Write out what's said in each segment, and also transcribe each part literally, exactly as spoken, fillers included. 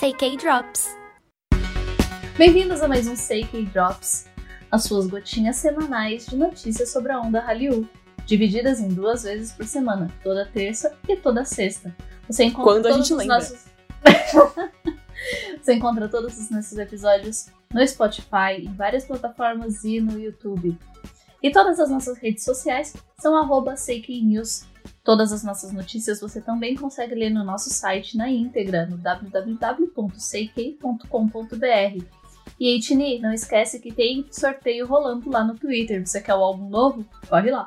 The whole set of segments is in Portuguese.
Sei K-Drops. Bem-vindos a mais um Sei K-Drops, as suas gotinhas semanais de notícias sobre a onda Hallyu, divididas em duas vezes por semana, toda terça e toda sexta. Você encontra Quando a todos gente os lembra. nossos... Você encontra todos os nossos episódios no Spotify, em várias plataformas e no YouTube. E todas as nossas redes sociais são arroba seiknews. Todas as nossas notícias você também consegue ler no nosso site na íntegra, no w w w ponto seikei ponto com ponto b r. E aí, Tini, não esquece que tem sorteio rolando lá no Twitter. Você quer o álbum novo? Corre lá.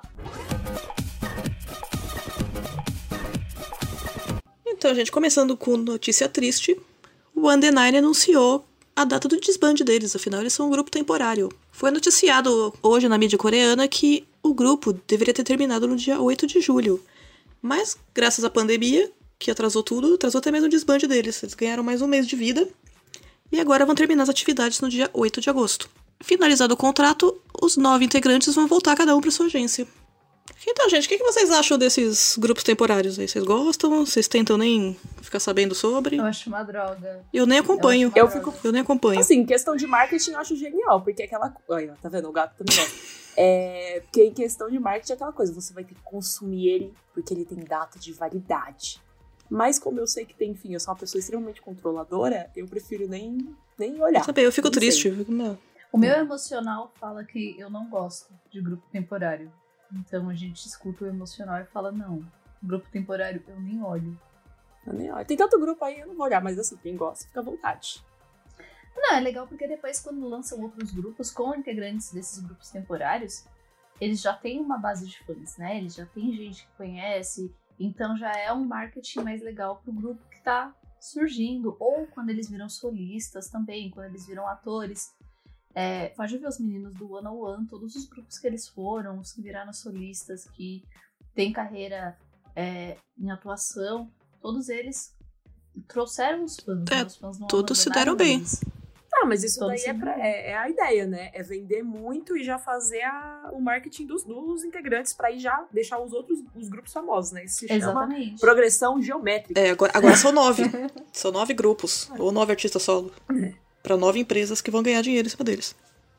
Então, gente, começando com notícia triste, o One The Nine anunciou a data do desbande deles, afinal eles são um grupo temporário. Foi noticiado hoje na mídia coreana que o grupo deveria ter terminado no dia oito de julho. Mas, graças à pandemia, que atrasou tudo, atrasou até mesmo o desbande deles. Eles ganharam mais um mês de vida e agora vão terminar as atividades no dia oito de agosto. Finalizado o contrato, os nove integrantes vão voltar cada um para sua agência. Então, gente, o que vocês acham desses grupos temporários aí? Vocês gostam? Vocês tentam nem ficar sabendo sobre? Eu acho uma droga. Eu nem acompanho. Eu Eu, acho uma fico, eu nem acompanho. Assim, questão de marketing eu acho genial, porque aquela... Olha, tá vendo? O gato também gosta. É, porque em questão de marketing é aquela coisa, você vai ter que consumir ele porque ele tem data de validade. Mas como eu sei que tem, enfim, eu sou uma pessoa extremamente controladora, eu prefiro nem, nem olhar. Sabe, eu fico Não triste. sei. Eu fico, meu, O meu emocional fala que eu não gosto de grupo temporário. Então a gente escuta o emocional e fala, não, grupo temporário eu nem olho. Eu nem olho. Tem tanto grupo aí, eu não vou olhar, mas assim, quem gosta, fica à vontade. Não, é legal porque depois quando lançam outros grupos com integrantes desses grupos temporários, eles já têm uma base de fãs, né? Eles já têm gente que conhece, então já é um marketing mais legal pro grupo que tá surgindo. Ou quando eles viram solistas também, quando eles viram atores. É, pode ver os meninos do One oh One, todos os grupos que eles foram, os que viraram solistas, que têm carreira é, em atuação, todos eles trouxeram os fãs. É, né? Os fãs não todos se abandonaram deram bem. eles. Ah, mas isso Todos daí é, se pra- viram. é- é a ideia, né? É vender muito e já fazer a- o marketing dos, dos integrantes pra aí já deixar os outros os grupos famosos, né? Isso se chama Exatamente. progressão geométrica. É, agora, agora são nove. São nove grupos. Ou nove artistas solo. Pra nove empresas que vão ganhar dinheiro em cima deles.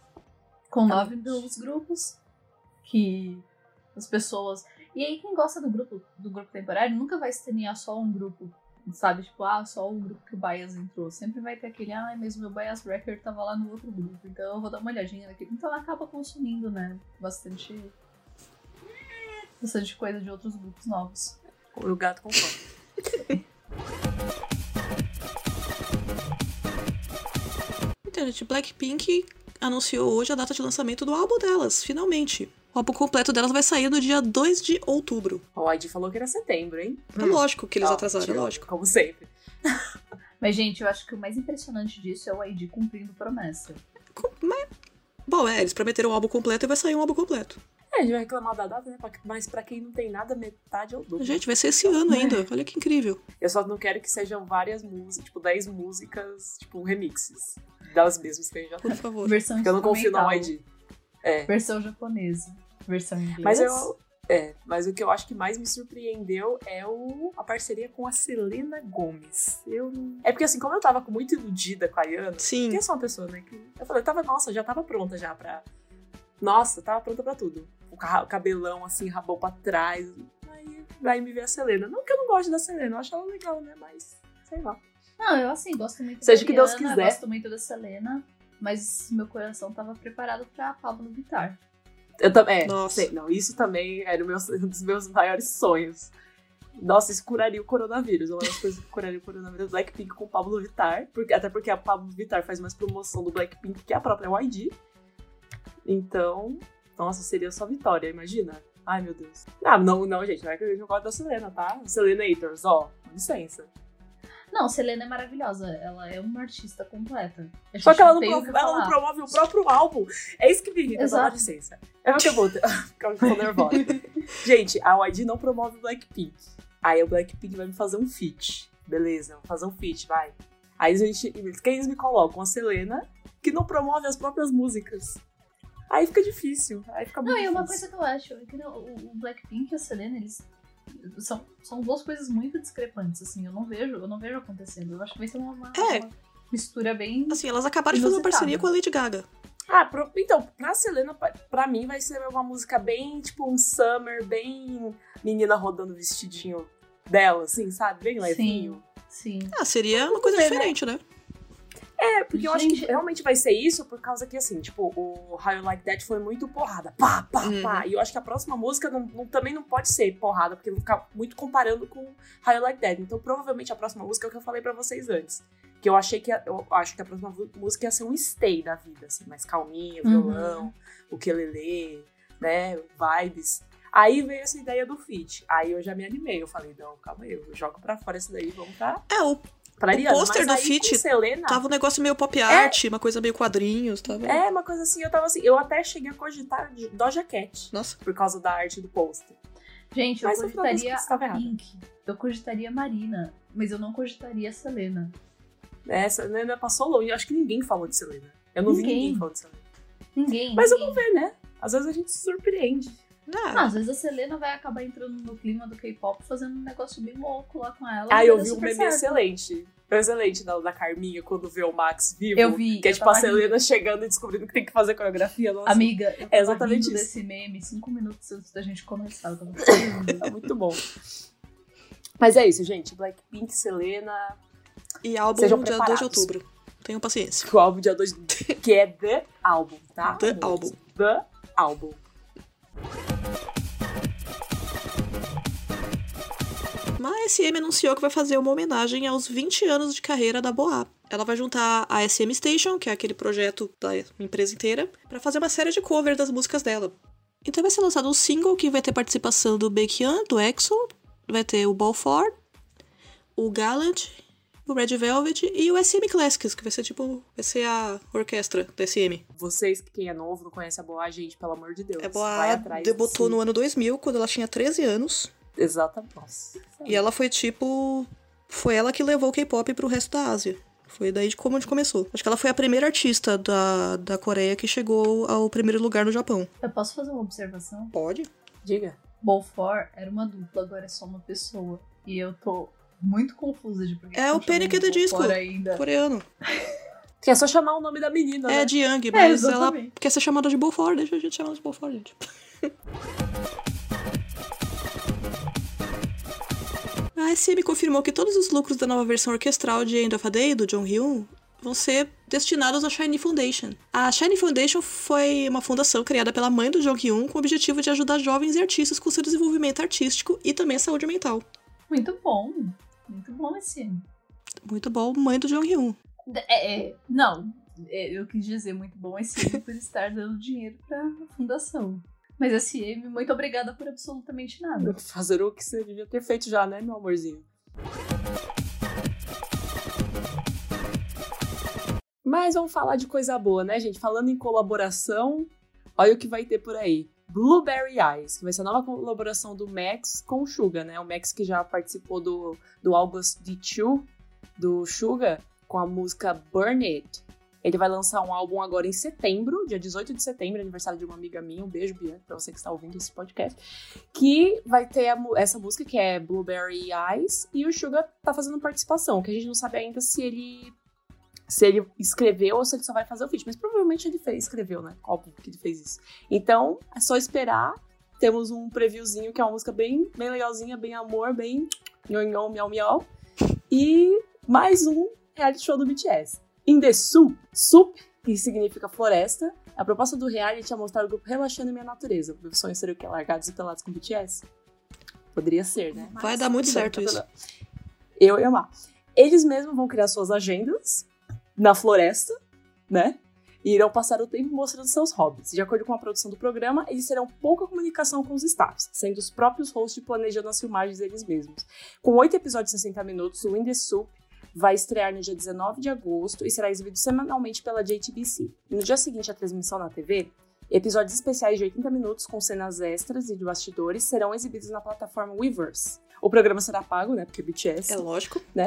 Com nove novos grupos que as pessoas... E aí quem gosta do grupo, do grupo temporário nunca vai escanear só um grupo, sabe? Tipo, ah, só o grupo que o Bias entrou. Sempre vai ter aquele, ah, mas meu Bias Record tava lá no outro grupo, então eu vou dar uma olhadinha naquele. Então ela acaba consumindo, né? Bastante... Bastante coisa de outros grupos novos. O gato concorda. Então, gente, Blackpink anunciou hoje a data de lançamento do álbum delas, finalmente. O álbum completo delas vai sair no dia dois de outubro. O I D falou que era setembro, hein? É lógico que eles Ó, atrasaram, é tirou, lógico. Como sempre. Mas, gente, eu acho que o mais impressionante disso é o I D cumprindo promessa. Com- Mas, bom, é, eles prometeram um álbum completo e vai sair um álbum completo. É, a gente vai reclamar da data, né? Mas pra quem não tem nada, metade é o dobro. Gente, vai ser esse ano ainda. Olha que incrível. Eu só não quero que sejam várias músicas, tipo, dez músicas, tipo, remixes das mesmas que a gente já Por tem. favor. Versão Porque eu não confio no instrumental, I D. É. Versão japonesa. Versão inglesa. Mas eu. É, mas o que eu acho que mais me surpreendeu é o, a parceria com a Selena Gomez. Eu não- É porque assim, como eu tava muito iludida com a Yana, Sim. porque eu sou uma pessoa, né? Que eu falei, eu tava, nossa, já tava pronta já pra. Nossa, tava pronta pra tudo. O, ca- o cabelão assim, rabou pra trás. Aí vai me ver a Selena. Não que eu não goste da Selena, eu acho ela legal, né? Mas, sei lá. Não, eu assim, gosto muito Seja da o que Deus Rihanna, quiser. gosto muito da Selena, mas meu coração tava preparado pra Pablo Vittar. Eu também. É, Nossa. sei, não, isso também era o meu- um dos meus maiores sonhos. Nossa, isso curaria o coronavírus. Uma das coisas que curaria o coronavírus. Blackpink com o Pablo Vittar. Porque, até porque a Pablo Vittar faz mais promoção do Blackpink que a própria Y G. Então, nossa, seria só vitória, imagina. Ai, meu Deus. Ah, não, não, gente, não é que eu não gosto da Selena, tá? Selenators, ó, licença. Não, Selena é maravilhosa, ela é uma artista completa. A Só gente que ela não, tem o prov- que ela não falar. promove o próprio álbum. É isso que me irrita, Exato. dá licença. É o que eu vou ter. Ficar eu tô nervosa. Gente, a Y G não promove o Blackpink. Aí o Blackpink vai me fazer um feat. Beleza, vou fazer um feat, vai. Aí a gente, quem eles me colocam? A Selena, que não promove as próprias músicas. Aí fica difícil. Aí fica muito Não, e difícil. uma coisa que eu acho é que não, o o Blackpink e a Selena, eles São, são duas coisas muito discrepantes, assim. Eu não vejo, eu não vejo acontecendo. Eu acho que vai ser uma, uma, É. uma mistura bem... Assim, elas acabaram de fazer uma inusitada. parceria com a Lady Gaga. Ah, pro, então, pra Selena, pra, pra mim, vai ser uma música bem, tipo, um summer, bem menina rodando o vestidinho dela, assim, sabe? Bem levinho. Sim. Ah, seria uma coisa ver, diferente, né? É, porque eu acho Gente. que realmente vai ser isso por causa que, assim, tipo, o How You Like That foi muito porrada. Pá, pá, Uhum. pá. E eu acho que a próxima música não, não- também não pode ser porrada, porque eu vou ficar muito comparando com How You Like That. Então, provavelmente, a próxima música é o que eu falei pra vocês antes. Que eu achei que... ia- Eu acho que a próxima vu- música ia ser um stay da vida, assim, mais calminha, Uhum. violão, ukulele, né, vibes. Aí veio essa ideia do feat. Aí eu já me animei. Eu falei, não, calma aí, eu jogo pra fora essa daí, vamos pra... É, o, pra o Ariana. pôster Mas do aí, feat com Selena, tava um negócio meio pop art, uma coisa meio quadrinhos, tava... é, uma coisa assim, eu tava assim, eu até cheguei a cogitar de Doja Cat, Nossa. por causa da arte do pôster. Gente, eu Mas no final das cogitaria contas, estava a errado. Pink. Eu cogitaria a Marina. Mas eu não cogitaria a Selena. Essa Selena passou longe, eu acho que ninguém falou de Selena. Eu não vi Ninguém. ninguém falando de Selena. Ninguém. Mas ninguém. vamos ver, né? Às vezes a gente se surpreende. Ah, Ah, às vezes a Selena vai acabar entrando no clima do K-pop, fazendo um negócio bem louco lá com ela. Ah, e eu vai vi dar um super meme certo. excelente. Excelente da, da Carminha quando vê o Max vivo. Eu vi. Que é eu tipo a tava Selena rindo. chegando e descobrindo que tem que fazer coreografia. Nossa, Amiga, eu tava É exatamente rindo isso. desse meme cinco minutos antes da gente começar. Eu tava rindo. tá muito bom. Mas é isso, gente. Blackpink, Selena, e álbum Sejam dia dois de preparados. outubro. Tenham paciência. o álbum dia dois, que é The Album, tá? The amores? Album. The Album. Mas a S M anunciou que vai fazer uma homenagem aos vinte anos de carreira da Boa. Ela vai juntar a S M Station, que é aquele projeto da empresa inteira, pra fazer uma série de covers das músicas dela. Então vai ser lançado um single que vai ter participação do Baekhyun, do EXO, vai ter o Balfour, o Gallant, o Red Velvet e o S M Classics, que vai ser tipo, vai ser a orquestra da S M. Vocês, que quem é novo, não conhece a Boa, gente, pelo amor de Deus. A vai Boa atrás. debutou sim. no ano dois mil, quando ela tinha treze anos. Exatamente. Nossa. E ela foi tipo. Foi ela que levou o K-pop pro resto da Ásia. Foi daí de como a gente começou. Acho que ela foi a primeira artista da, da Coreia que chegou ao primeiro lugar no Japão. Eu posso fazer uma observação? Pode? Diga. Balfour era uma dupla, agora é só uma pessoa. E eu tô muito confusa de por que É que o tão chamando Panic! At the Disco. Balfour ainda. Coreano. Que é só chamar o nome da menina, É né? de Young, É, mas ela exatamente. quer ser chamada de Balfour. Deixa a gente chamar ela de Balfour, gente. A S M confirmou que todos os lucros da nova versão orquestral de End of a Day, do Jong Hyun, vão ser destinados à Shiny Foundation. A Shiny Foundation foi uma fundação criada pela mãe do Jong Hyun com o objetivo de ajudar jovens e artistas com seu desenvolvimento artístico e também a saúde mental. Muito bom. Muito bom esse. Muito bom, mãe do Jong Hyun. É, é, não, é, eu quis dizer muito bom esse por estar dando dinheiro pra fundação. Mas S M, muito obrigada por absolutamente nada. Fazer o que você devia ter feito já, né, meu amorzinho? Mas vamos falar de coisa boa, né, gente? Falando em colaboração, olha o que vai ter por aí. Blueberry Eyes, que vai ser a nova colaboração do Max com o Suga, né? O Max que já participou do, do August D dois, do Suga, com a música Burn It. Ele vai lançar um álbum agora em setembro, dia dezoito de setembro, aniversário de uma amiga minha. Um beijo, Bianca, pra você que está ouvindo esse podcast. Que vai ter a, essa música, que é Blueberry Eyes, e o Suga tá fazendo participação, que a gente não sabe ainda se ele se ele escreveu ou se ele só vai fazer o feat. Mas provavelmente ele fez, escreveu, né? Óbvio que ele fez isso. Então, é só esperar. Temos um previewzinho, que é uma música bem, bem legalzinha, bem amor, bem nhonhon, miau, miau. E mais um reality show do B T S. In the Soup, Soup, que significa floresta, a proposta do reality é mostrar o grupo relaxando em minha natureza. O sonho seria o quê? Largados e pelados com B T S? Poderia ser, né? Vai Mas, dar muito tudo bem, certo tá isso. tudo- Eu ia amar. Eles mesmos vão criar suas agendas na floresta, né? E irão passar o tempo mostrando seus hobbies. De acordo com a produção do programa, eles terão pouca comunicação com os staffs, sendo os próprios hosts planejando as filmagens deles mesmos. Com oito episódios de sessenta minutos, o In the Soup vai estrear no dia dezenove de agosto e será exibido semanalmente pela J T B C. E no dia seguinte à transmissão na T V, episódios especiais de oitenta minutos com cenas extras e de bastidores serão exibidos na plataforma Weverse. O programa será pago, né, porque B T S, É lógico. né?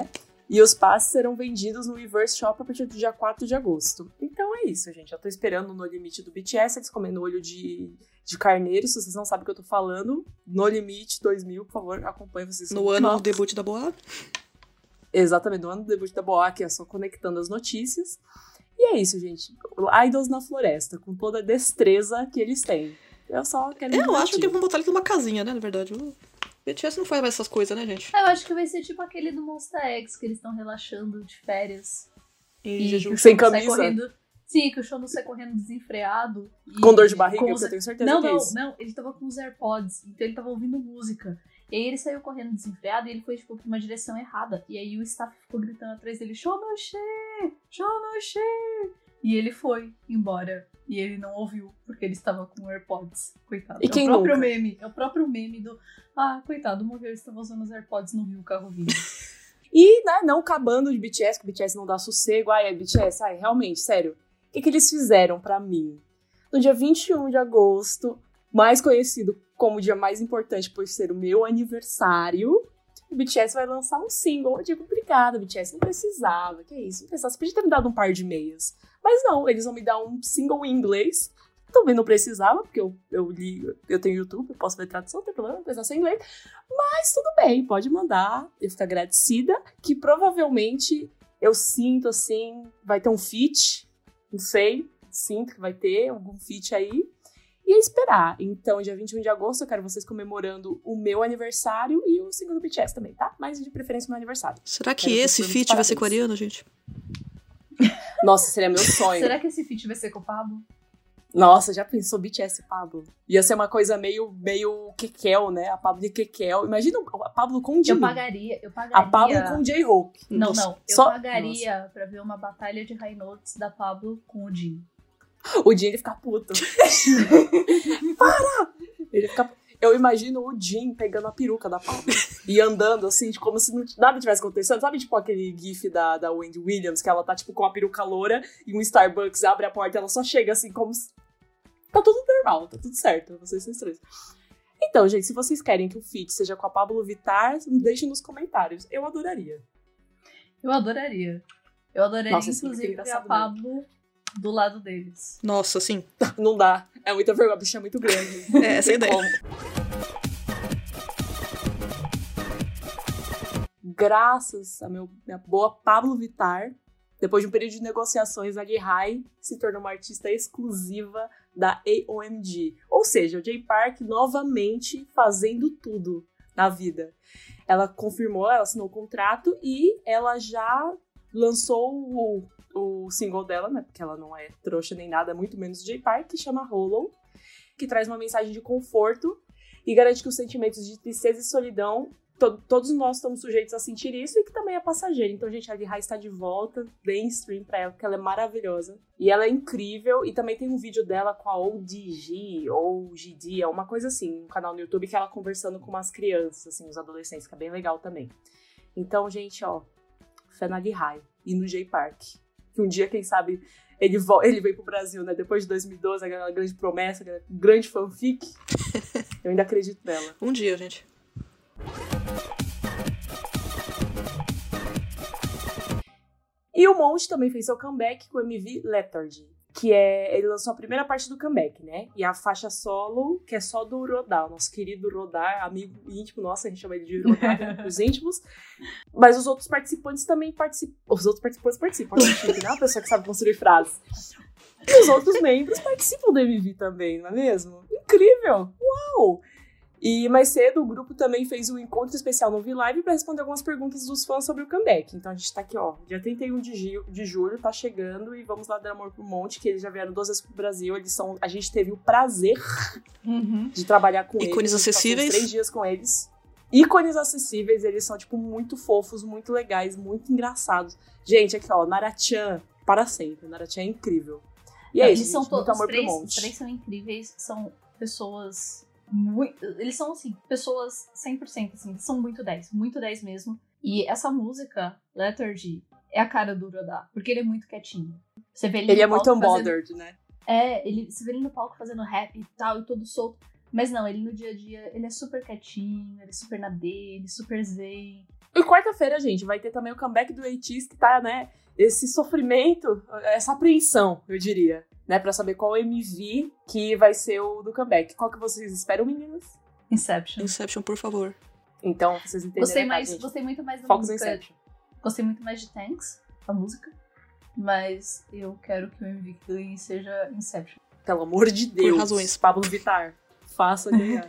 E os passes serão vendidos no Reverse Shop a partir do dia quatro de agosto. Então é isso, gente. Eu tô esperando o No Limite do B T S, eles comendo olho de, de carneiro. Se vocês não sabem o que eu tô falando, No Limite dois mil, por favor, acompanhe vocês. No ano do debut da Boa. Exatamente, no ano do debut da Boa, que é só conectando as notícias. E é isso, gente. Idols na floresta, com toda a destreza que eles têm. Eu só quero me Eu divertir. acho que vão botar ele numa casinha, né, na verdade. O B T S não faz mais essas coisas, né, gente? Eu acho que vai ser tipo aquele do Monsta X, que eles estão relaxando de férias. Em E jejum. que o Sem show não sai camisa. correndo- Sim, que o show não sai correndo desenfreado. e- Com dor de barriga, com os- porque eu tenho certeza Não, que é não, isso. não. Ele tava com os AirPods, então ele tava ouvindo música. E aí ele saiu correndo desenfreado e ele foi, tipo, pra uma direção errada. E aí o staff ficou gritando atrás dele, show no Xê! Show no Xê! E ele foi embora. E ele não ouviu, porque ele estava com AirPods. Coitado. E é quem o próprio nunca? meme. É o próprio meme do... Ah, coitado, uma vez estava usando os AirPods, não viu o carro vindo. E, né, não acabando de B T S, que o B T S não dá sossego. Ai, é B T S, ai, realmente, sério. O que, que eles fizeram pra mim? No dia vinte e um de agosto, mais conhecido como o dia mais importante por ser o meu aniversário, o B T S vai lançar um single. Eu digo, obrigada, B T S, não precisava, que isso, não precisava. Você podia ter me dado um par de meias. Mas não, eles vão me dar um single em inglês. Também não precisava, porque eu, eu li, eu tenho YouTube, eu posso ver tradução, não tem problema, não precisa ser em inglês. Mas tudo bem, pode mandar. Eu fico agradecida, que provavelmente eu sinto, assim, vai ter um feat, não sei, sinto que vai ter algum feat aí. E é esperar. Então, dia vinte e um de agosto, eu quero vocês comemorando o meu aniversário e o single do B T S também, tá? Mas de preferência o meu aniversário. Será que Quero esse vocês feat vai ser parabéns. com a Ariana, gente? Nossa, seria meu sonho. Será que esse feat vai ser com o Pablo? Nossa, já pensou B T S e Pablo? Ia ser uma coisa meio, meio Kekel, né? A Pablo de Kekel. Imagina a Pablo com o Eu Jimmy. pagaria, eu pagaria... A Pablo com o J-Hope. Não, Nossa, não. Eu só- pagaria pra ver uma batalha de high notes da Pablo com o Jim. O Jim, ele fica puto. Para! Ele fica... Eu imagino o Jim pegando a peruca da Pablo e andando assim, tipo, como se não- nada tivesse acontecendo. Sabe, tipo, aquele gif da, da Wendy Williams, que ela tá, tipo, com a peruca loura e um Starbucks abre a porta e ela só chega assim, como se... Tá tudo normal, tá tudo certo. Vocês são estranhos. Então, gente, se vocês querem que o feat seja com a Pablo Vittar, deixem nos comentários. Eu adoraria. Eu adoraria. Eu adoraria, Nossa, isso é muito inclusive, ver a engraçado Pablo do lado deles. Nossa, sim. Não dá. É muita vergonha, a bicha é muito grande. É essa a ideia. Como? Graças a meu, minha boa Pablo Vittar, depois de um período de negociações, a Lee se tornou uma artista exclusiva da A O M G. Ou seja, o Jay Park novamente fazendo tudo na vida. Ela confirmou, ela assinou o contrato e ela já lançou o, o single dela, né? Porque ela não é trouxa nem nada, muito menos o Jay Park, que chama Hollow, que traz uma mensagem de conforto e garante que os sentimentos de tristeza e solidão, to- todos nós estamos sujeitos a sentir isso e que também é passageiro. Então, gente, a Lee está de volta, deem stream pra ela, porque ela é maravilhosa. E ela é incrível. E também tem um vídeo dela com a O D G, ou G D, é uma coisa assim, um canal no YouTube que ela conversando com umas crianças, assim, os adolescentes, que é bem legal também. Então, gente, ó, fé na Lee e no Jay Park. Que um dia, quem sabe, ele, vo- ele veio pro Brasil, né? Depois de dois mil e doze, aquela grande promessa, aquela grande fanfic. Eu ainda acredito nela. Um dia, gente. E o Monte também fez seu comeback com o M V Lethargy, que é... Ele lançou a primeira parte do comeback, né? E a faixa solo, que é só do Rodar, o nosso querido Rodar, amigo íntimo, nossa, a gente chama ele de Rodar, né? Os íntimos. Mas os outros participantes também participam. Os outros participantes participam, a gente não é uma pessoa que sabe construir frases. E os outros membros participam do M V também, não é mesmo? Incrível! Uau! E mais cedo, o grupo também fez um encontro especial no V-Live para responder algumas perguntas dos fãs sobre o comeback. Então a gente tá aqui, ó, dia trinta e um de, gi- de julho, tá chegando e vamos lá dar amor pro Monte, que eles já vieram duas vezes pro Brasil. Eles são, a gente teve o prazer Uhum. de trabalhar com eles. Ícones a gente passou uns acessíveis. três dias com eles. Ícones acessíveis, eles são, tipo, muito fofos, muito legais, muito engraçados. Gente, aqui, ó, Nara-chan, para sempre. Nara-chan é incrível. E é Não, isso, eles são gente, muito todos, amor os três, pro os Monte. três são incríveis, são pessoas muito, eles são assim, pessoas cem por cento assim, são muito dez, muito dez mesmo. E essa música, Lethargy, é a cara do Rodar, porque ele é muito quietinho. Você vê ele, Ele no é muito palco fazendo- unbothered, né? É, ele, você vê ele no palco fazendo rap e tal, e todo solto. Mas não, ele no dia a dia, ele é super quietinho, ele é super na dele, super zen. E quarta-feira, gente, vai ter também o comeback do ATEEZ, que tá, né, esse sofrimento, essa apreensão, eu diria, né, pra saber qual M V que vai ser o do comeback. Qual que vocês esperam, meninas? Inception. Inception, por favor. Então, vocês entenderam, Gostei, tá, mais, gente? gostei muito mais da Focus música. Inception. Gostei muito mais de Thanks, a música. Mas eu quero que o M V que ganhe seja Inception. Pelo amor de Deus. Por razões. Pablo Vittar, faça ganhar.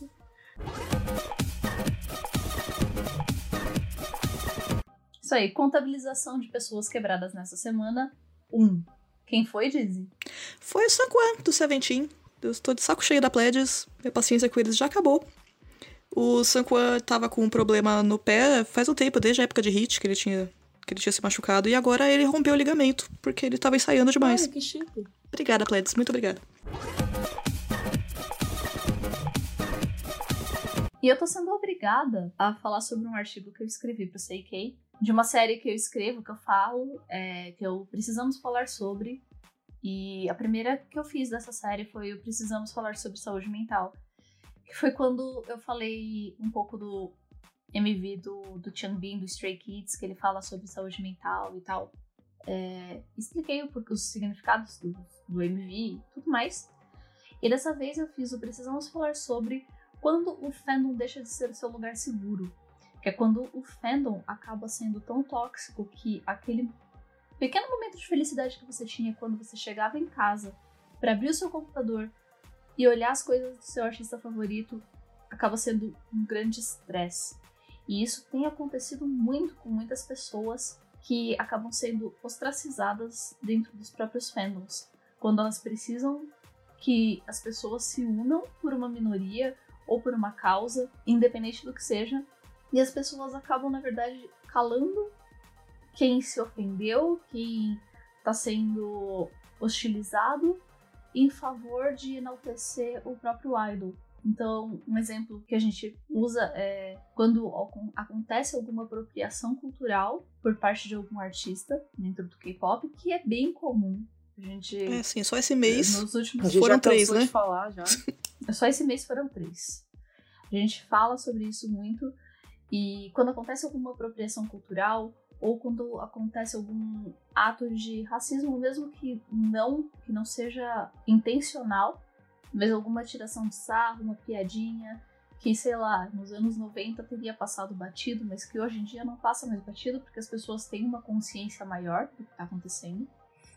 Isso aí, contabilização de pessoas quebradas nessa semana. Um. Quem foi, Dizzy? Foi o Sanquan, do Seventeen. Eu estou de saco cheio da Pledges. Minha paciência com eles já acabou. O Sanquan tava com um problema no pé faz um tempo, desde a época de Hit, que ele tinha, que ele tinha se machucado. E agora ele rompeu o ligamento, porque ele tava ensaiando demais. Ai, que chique. Obrigada, Pledges. Muito obrigada. E eu tô sendo obrigada a falar sobre um artigo que eu escrevi pro C K, de uma série que eu escrevo, que eu falo, é, que eu precisamos falar sobre. E a primeira que eu fiz dessa série foi o Precisamos Falar sobre Saúde Mental. Que foi quando eu falei um pouco do M V do, do Changbin, do Stray Kids, que ele fala sobre saúde mental e tal. É, expliquei o, os significados do, do M V e tudo mais. E dessa vez eu fiz o Precisamos Falar sobre quando o fandom deixa de ser o seu lugar seguro. Que é quando o fandom acaba sendo tão tóxico que aquele pequeno momento de felicidade que você tinha quando você chegava em casa pra abrir o seu computador e olhar as coisas do seu artista favorito acaba sendo um grande estresse. E isso tem acontecido muito com muitas pessoas que acabam sendo ostracizadas dentro dos próprios fandoms. Quando elas precisam que as pessoas se unam por uma minoria ou por uma causa, independente do que seja, e as pessoas acabam, na verdade, calando quem se ofendeu, quem está sendo hostilizado, em favor de enaltecer o próprio idol. Então, um exemplo que a gente usa é quando acontece alguma apropriação cultural por parte de algum artista dentro do K-pop, que é bem comum. A gente, é, sim, só esse mês nos últimos foram três, né? De falar já. Só esse mês foram três. A gente fala sobre isso muito, e quando acontece alguma apropriação cultural, ou quando acontece algum ato de racismo, mesmo que não, que não seja intencional, mesmo alguma tiração de sarro, uma piadinha, que, sei lá, nos anos noventa teria passado batido, mas que hoje em dia não passa mais batido, porque as pessoas têm uma consciência maior do que está acontecendo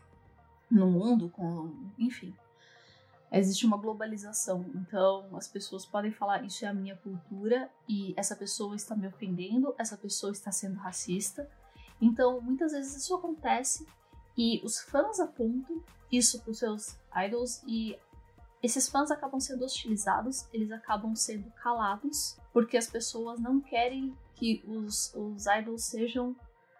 no mundo, com, enfim. Existe uma globalização, então as pessoas podem falar, isso é a minha cultura, e essa pessoa está me ofendendo, essa pessoa está sendo racista. Então, muitas vezes isso acontece e os fãs apontam isso para os seus idols e esses fãs acabam sendo hostilizados, eles acabam sendo calados, porque as pessoas não querem que os, os idols sejam...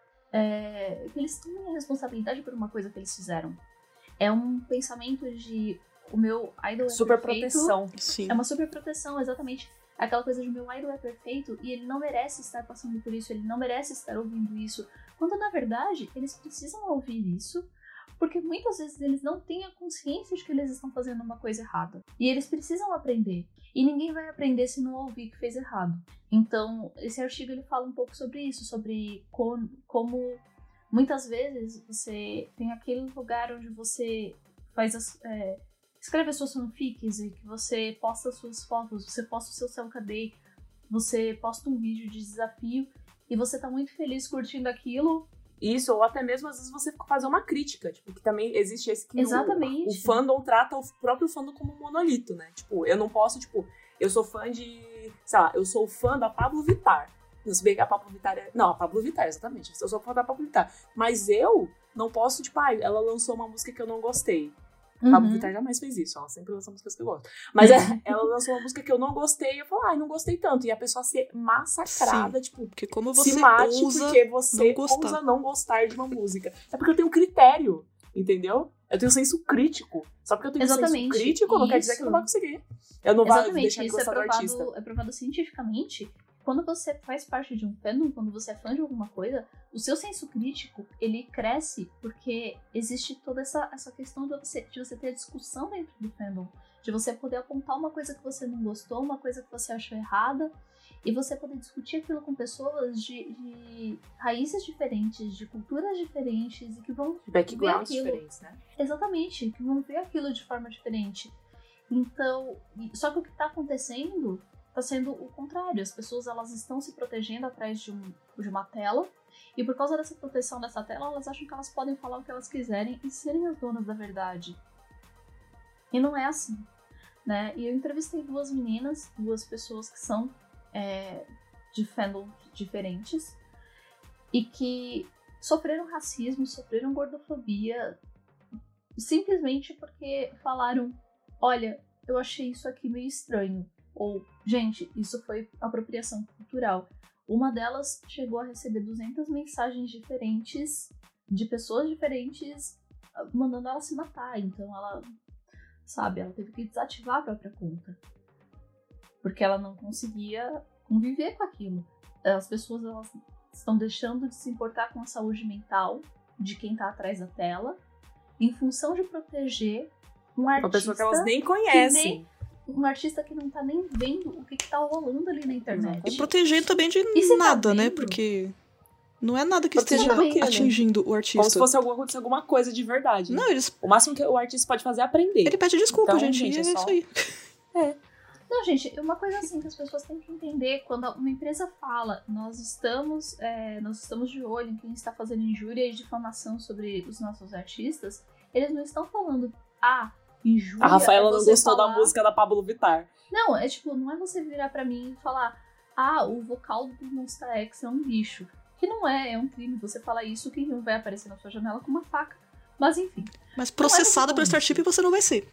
É, que eles tomem a responsabilidade por uma coisa que eles fizeram. É um pensamento de o meu idol é super perfeito. proteção. Sim. É uma super proteção, exatamente. Aquela coisa de meu idol é perfeito e ele não merece estar passando por isso, ele não merece estar ouvindo isso. Quando, na verdade, eles precisam ouvir isso, porque muitas vezes eles não têm a consciência de que eles estão fazendo uma coisa errada. E eles precisam aprender. E ninguém vai aprender se não ouvir que fez errado. Então, esse artigo ele fala um pouco sobre isso, sobre com, como muitas vezes você tem aquele lugar onde você faz as... É, escreve as suas fanfics e que você posta as suas fotos, você posta o seu self-cadê, você posta um vídeo de desafio e você tá muito feliz curtindo aquilo. Isso, ou até mesmo às vezes você fazer uma crítica, tipo, que também existe esse que Exatamente. O, o fandom trata o próprio fandom como um monolito, né? Tipo, eu não posso, tipo, eu sou fã de, sei lá, eu sou fã da Pablo Vittar. Não se bem que a Pablo Vittar é... Não, a Pablo Vittar, exatamente. Eu sou fã da Pablo Vittar. Mas eu não posso, tipo, ah, ela lançou uma música que eu não gostei. Uhum. Pablo Vittar jamais fez isso, ela sempre lança músicas que eu gosto. Mas é, ela lançou uma música que eu não gostei e eu falo, ai, não gostei tanto. E a pessoa ser massacrada, Sim, tipo, porque como você se mate ousa porque você não gostar. ousa não gostar de uma música. É porque eu tenho critério, entendeu? Eu tenho senso crítico. Só porque eu tenho Exatamente. senso crítico, não Isso. quer dizer que eu não vai conseguir. Eu não vou Exatamente, deixar de isso é gostar do artista. provado, é provado cientificamente. Quando você faz parte de um fandom, quando você é fã de alguma coisa, o seu senso crítico, ele cresce porque existe toda essa, essa questão de você, de você ter a discussão dentro do fandom, de você poder apontar uma coisa que você não gostou, uma coisa que você achou errada, E você poder discutir aquilo com pessoas de, de raízes diferentes, de culturas diferentes e que vão de backgrounds ver aquilo. diferentes, né? Exatamente, que vão ver aquilo de forma diferente. Então, só que o que está acontecendo está sendo o contrário. As pessoas elas estão se protegendo atrás de, um, de uma tela e por causa dessa proteção dessa tela, elas acham que elas podem falar o que elas quiserem e serem as donas da verdade. E não é assim, né? E eu entrevistei duas meninas, duas pessoas que são É, de fandoms diferentes e que sofreram racismo, sofreram gordofobia simplesmente porque falaram: olha, eu achei isso aqui meio estranho, ou gente, isso foi apropriação cultural. Uma delas chegou a receber duzentas mensagens diferentes de pessoas diferentes mandando ela se matar, então ela, sabe, ela teve que desativar a própria conta. Porque ela não conseguia conviver com aquilo. As pessoas elas estão deixando de se importar com a saúde mental de quem está atrás da tela, em função de proteger um artista... Uma pessoa que elas nem conhecem. Nem, um artista que não está nem vendo o que está rolando ali na internet. E proteger também de nada, tá né? Porque não é nada que esteja atingindo o artista. Como se fosse alguma, alguma coisa de verdade. Né? Não, eles... O máximo que o artista pode fazer é aprender. Ele pede desculpa, então, gente, gente, é, é só... isso aí. É. Não, gente, uma coisa assim que as pessoas têm que entender, quando uma empresa fala, nós estamos, é, nós estamos de olho em quem está fazendo injúria e difamação sobre os nossos artistas, eles não estão falando, ah, injúria. A Rafaela é não você gostou falar... da música da Pablo Vittar. Não, é tipo, não é você virar pra mim e falar, ah, o vocal do Monsta X é um lixo. Que não é, é um crime. Você fala isso, quem não vai aparecer na sua janela com uma faca. Mas enfim. Mas processada pelo Starship você não vai ser.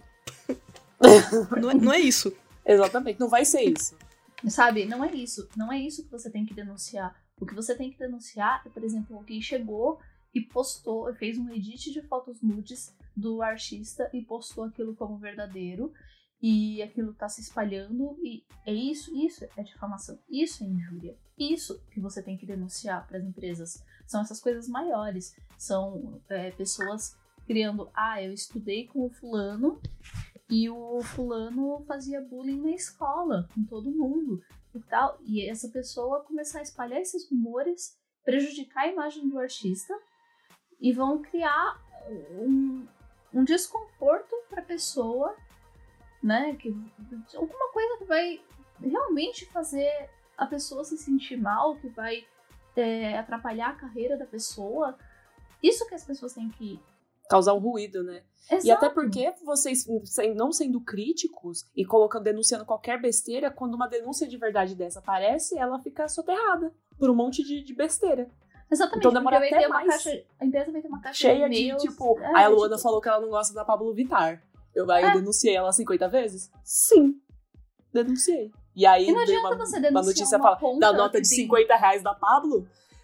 não, é, não é isso. Exatamente, não vai ser isso. Sabe, não é isso. Não é isso que você tem que denunciar. O que você tem que denunciar é, por exemplo, alguém chegou e postou, fez um edit de fotos nudes do artista e postou aquilo como verdadeiro. E aquilo tá se espalhando. E é isso, isso é difamação. Isso é injúria. Isso que você tem que denunciar para as empresas. São essas coisas maiores. São é, pessoas criando, ah, eu estudei com o fulano... E o fulano fazia bullying na escola, com todo mundo e tal. E essa pessoa começar a espalhar esses rumores, prejudicar a imagem do artista e vão criar um, um desconforto pra pessoa, né? Que, alguma coisa que vai realmente fazer a pessoa se sentir mal, que vai é, atrapalhar a carreira da pessoa. Isso que as pessoas têm que... causar um ruído, né? Exato. E até porque vocês, não sendo críticos e colocando, denunciando qualquer besteira, quando uma denúncia de verdade dessa aparece, ela fica soterrada por um monte de, de besteira. Exatamente, então demora vai até ter uma mais caixa, a empresa vai ter uma caixa cheia de, de, tipo... é, aí a Luana tipo... falou que ela não gosta da Pablo Vittar. Eu, aí é. eu denunciei ela cinquenta vezes? Sim. Denunciei. E aí e não adianta uma, você uma notícia uma fala da nota de cinquenta reais da Pablo.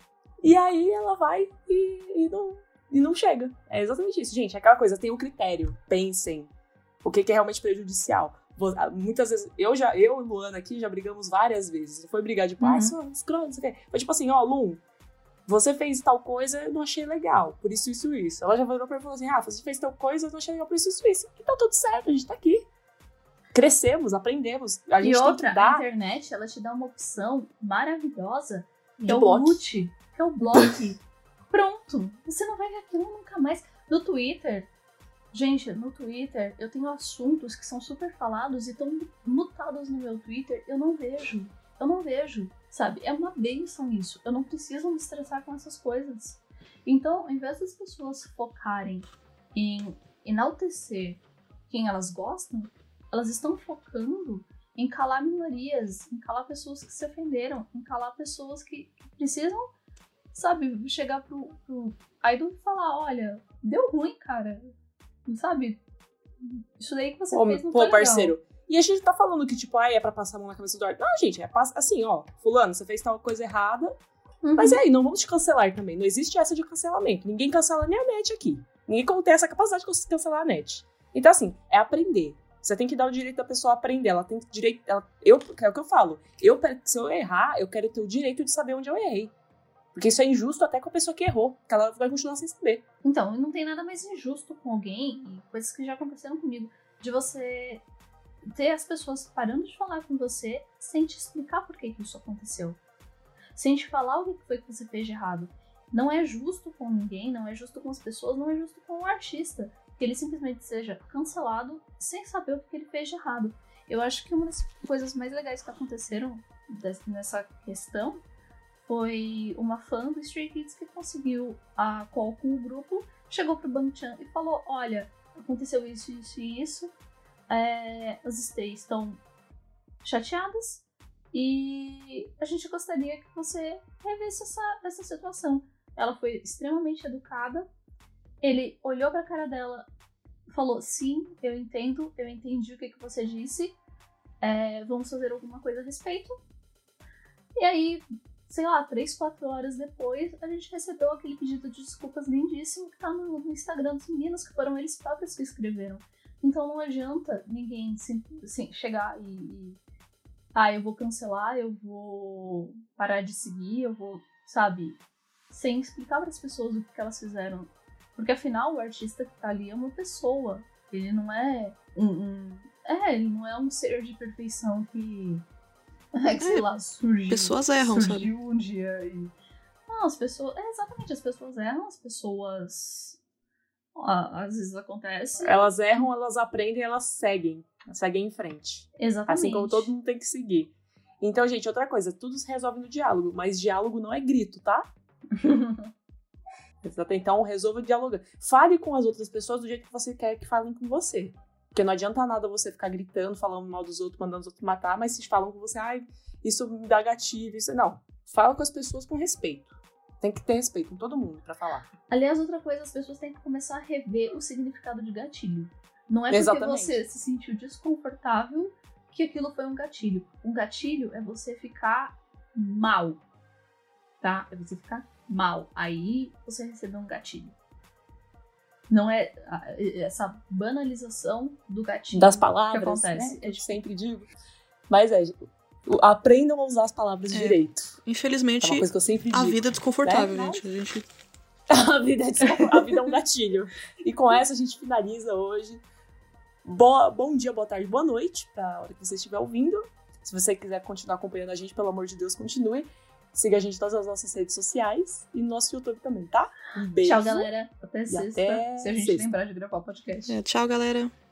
E aí ela vai e, e não... E não chega. É exatamente isso. Gente, é aquela coisa, tem um critério. Pensem. O que, que é realmente prejudicial. Muitas vezes, eu já, eu e Luana aqui já brigamos várias vezes. Não foi brigar de, tipo, ah, isso é escroto, isso aqui. Foi tipo assim, ó, Lu, você fez tal coisa, eu não achei legal. Por isso, isso, isso. Ela já virou pra mim e falou assim, Rafa, você fez tal coisa, eu não achei legal por isso, isso, isso. E tá tudo certo, a gente tá aqui. Crescemos, aprendemos. A gente e outra, tem que dar... a internet, ela te dá uma opção maravilhosa, que de é o bloco. mute, que é o bloco. Pronto, você não vai ver aquilo nunca mais. No Twitter, gente, no Twitter, eu tenho assuntos que são super falados e estão mutados no meu Twitter, eu não vejo, eu não vejo, sabe? É uma bênção isso, eu não preciso me estressar com essas coisas. Então, ao invés das pessoas focarem em enaltecer quem elas gostam, elas estão focando em calar minorias, em calar pessoas que se ofenderam, em calar pessoas que, que precisam, sabe, chegar pro, pro idol e falar, olha, deu ruim, cara. Sabe? Isso daí que você Pô, fez não pô, foi parceiro. legal. E a gente tá falando que, tipo, ah, é pra passar a mão na cabeça do artista. Não, gente, é assim, ó, fulano, você fez tal coisa errada, uhum. Mas e aí, não vamos te cancelar também. Não existe essa de cancelamento. Ninguém cancela nem a net aqui. Ninguém tem essa capacidade de cancelar a net. Então, assim, é aprender. Você tem que dar o direito da pessoa aprender. Ela tem direito... Ela, eu, é o que eu falo. Eu, se eu errar, eu quero ter o direito de saber onde eu errei. Porque isso é injusto até com a pessoa que errou. Que ela vai continuar sem saber. Então, não tem nada mais injusto com alguém, e coisas que já aconteceram comigo, de você ter as pessoas parando de falar com você sem te explicar por que, que isso aconteceu. Sem te falar o que foi que você fez de errado. Não é justo com ninguém, não é justo com as pessoas, não é justo com o artista. Que ele simplesmente seja cancelado sem saber o que ele fez de errado. Eu acho que uma das coisas mais legais que aconteceram nessa questão foi uma fã do Stray Kids que conseguiu a call com o grupo, chegou pro Bang Chan e falou, olha, aconteceu isso, isso e isso, é, as Stays estão chateadas e a gente gostaria que você revisse essa, essa situação. Ela foi extremamente educada, ele olhou pra cara dela, falou, sim, eu entendo, eu entendi o que, que você disse, é, vamos fazer alguma coisa a respeito. E aí, sei lá, três, quatro horas depois, a gente recebeu aquele pedido de desculpas lindíssimo que tá no, no Instagram dos meninos, que foram eles próprios que escreveram. Então não adianta ninguém sim, sim, chegar e, e... Ah, eu vou cancelar, eu vou parar de seguir, eu vou, sabe, sem explicar para as pessoas o que, que elas fizeram. Porque afinal o artista que tá ali é uma pessoa. Ele não é um, um... É, ele não é um ser de perfeição que... É que, sei lá, surgiu. Pessoas erram, surgiu sabe? um dia e... Não, as pessoas... É, exatamente, as pessoas erram, as pessoas... Ah, às vezes acontece. Elas erram, elas aprendem, elas seguem. Elas seguem em frente. Exatamente. Assim como todo mundo tem que seguir. Então, gente, outra coisa, tudo se resolve no diálogo, mas diálogo não é grito, tá? Então, resolva dialogar. Fale com as outras pessoas do jeito que você quer que falem com você. Porque não adianta nada você ficar gritando, falando mal dos outros, mandando os outros matar, mas se falam com você, ai, isso me dá gatilho, isso... Não, fala com as pessoas com respeito. Tem que ter respeito com todo mundo pra falar. Aliás, outra coisa, as pessoas têm que começar a rever o significado de gatilho. Não é porque Exatamente. você se sentiu desconfortável que aquilo foi um gatilho. Um gatilho é você ficar mal, tá? É você ficar mal. Aí você recebeu um gatilho. Não é essa banalização do gatilho das palavras, que acontece. Né? Eu sempre digo. Mas é, aprendam a usar as palavras é, direito. Infelizmente, é uma coisa que eu sempre digo, a vida é desconfortável, né? gente. A gente... a, vida é a vida é um gatilho. E com essa a gente finaliza hoje. Boa, bom dia, boa tarde, boa noite, pra hora que você estiver ouvindo. Se você quiser continuar acompanhando a gente, pelo amor de Deus, continue. Siga a gente em todas as nossas redes sociais e no nosso YouTube também, tá? Um beijo. Tchau, galera. Até sexta. Até se a gente sexta. lembrar de gravar o podcast. É, tchau, galera.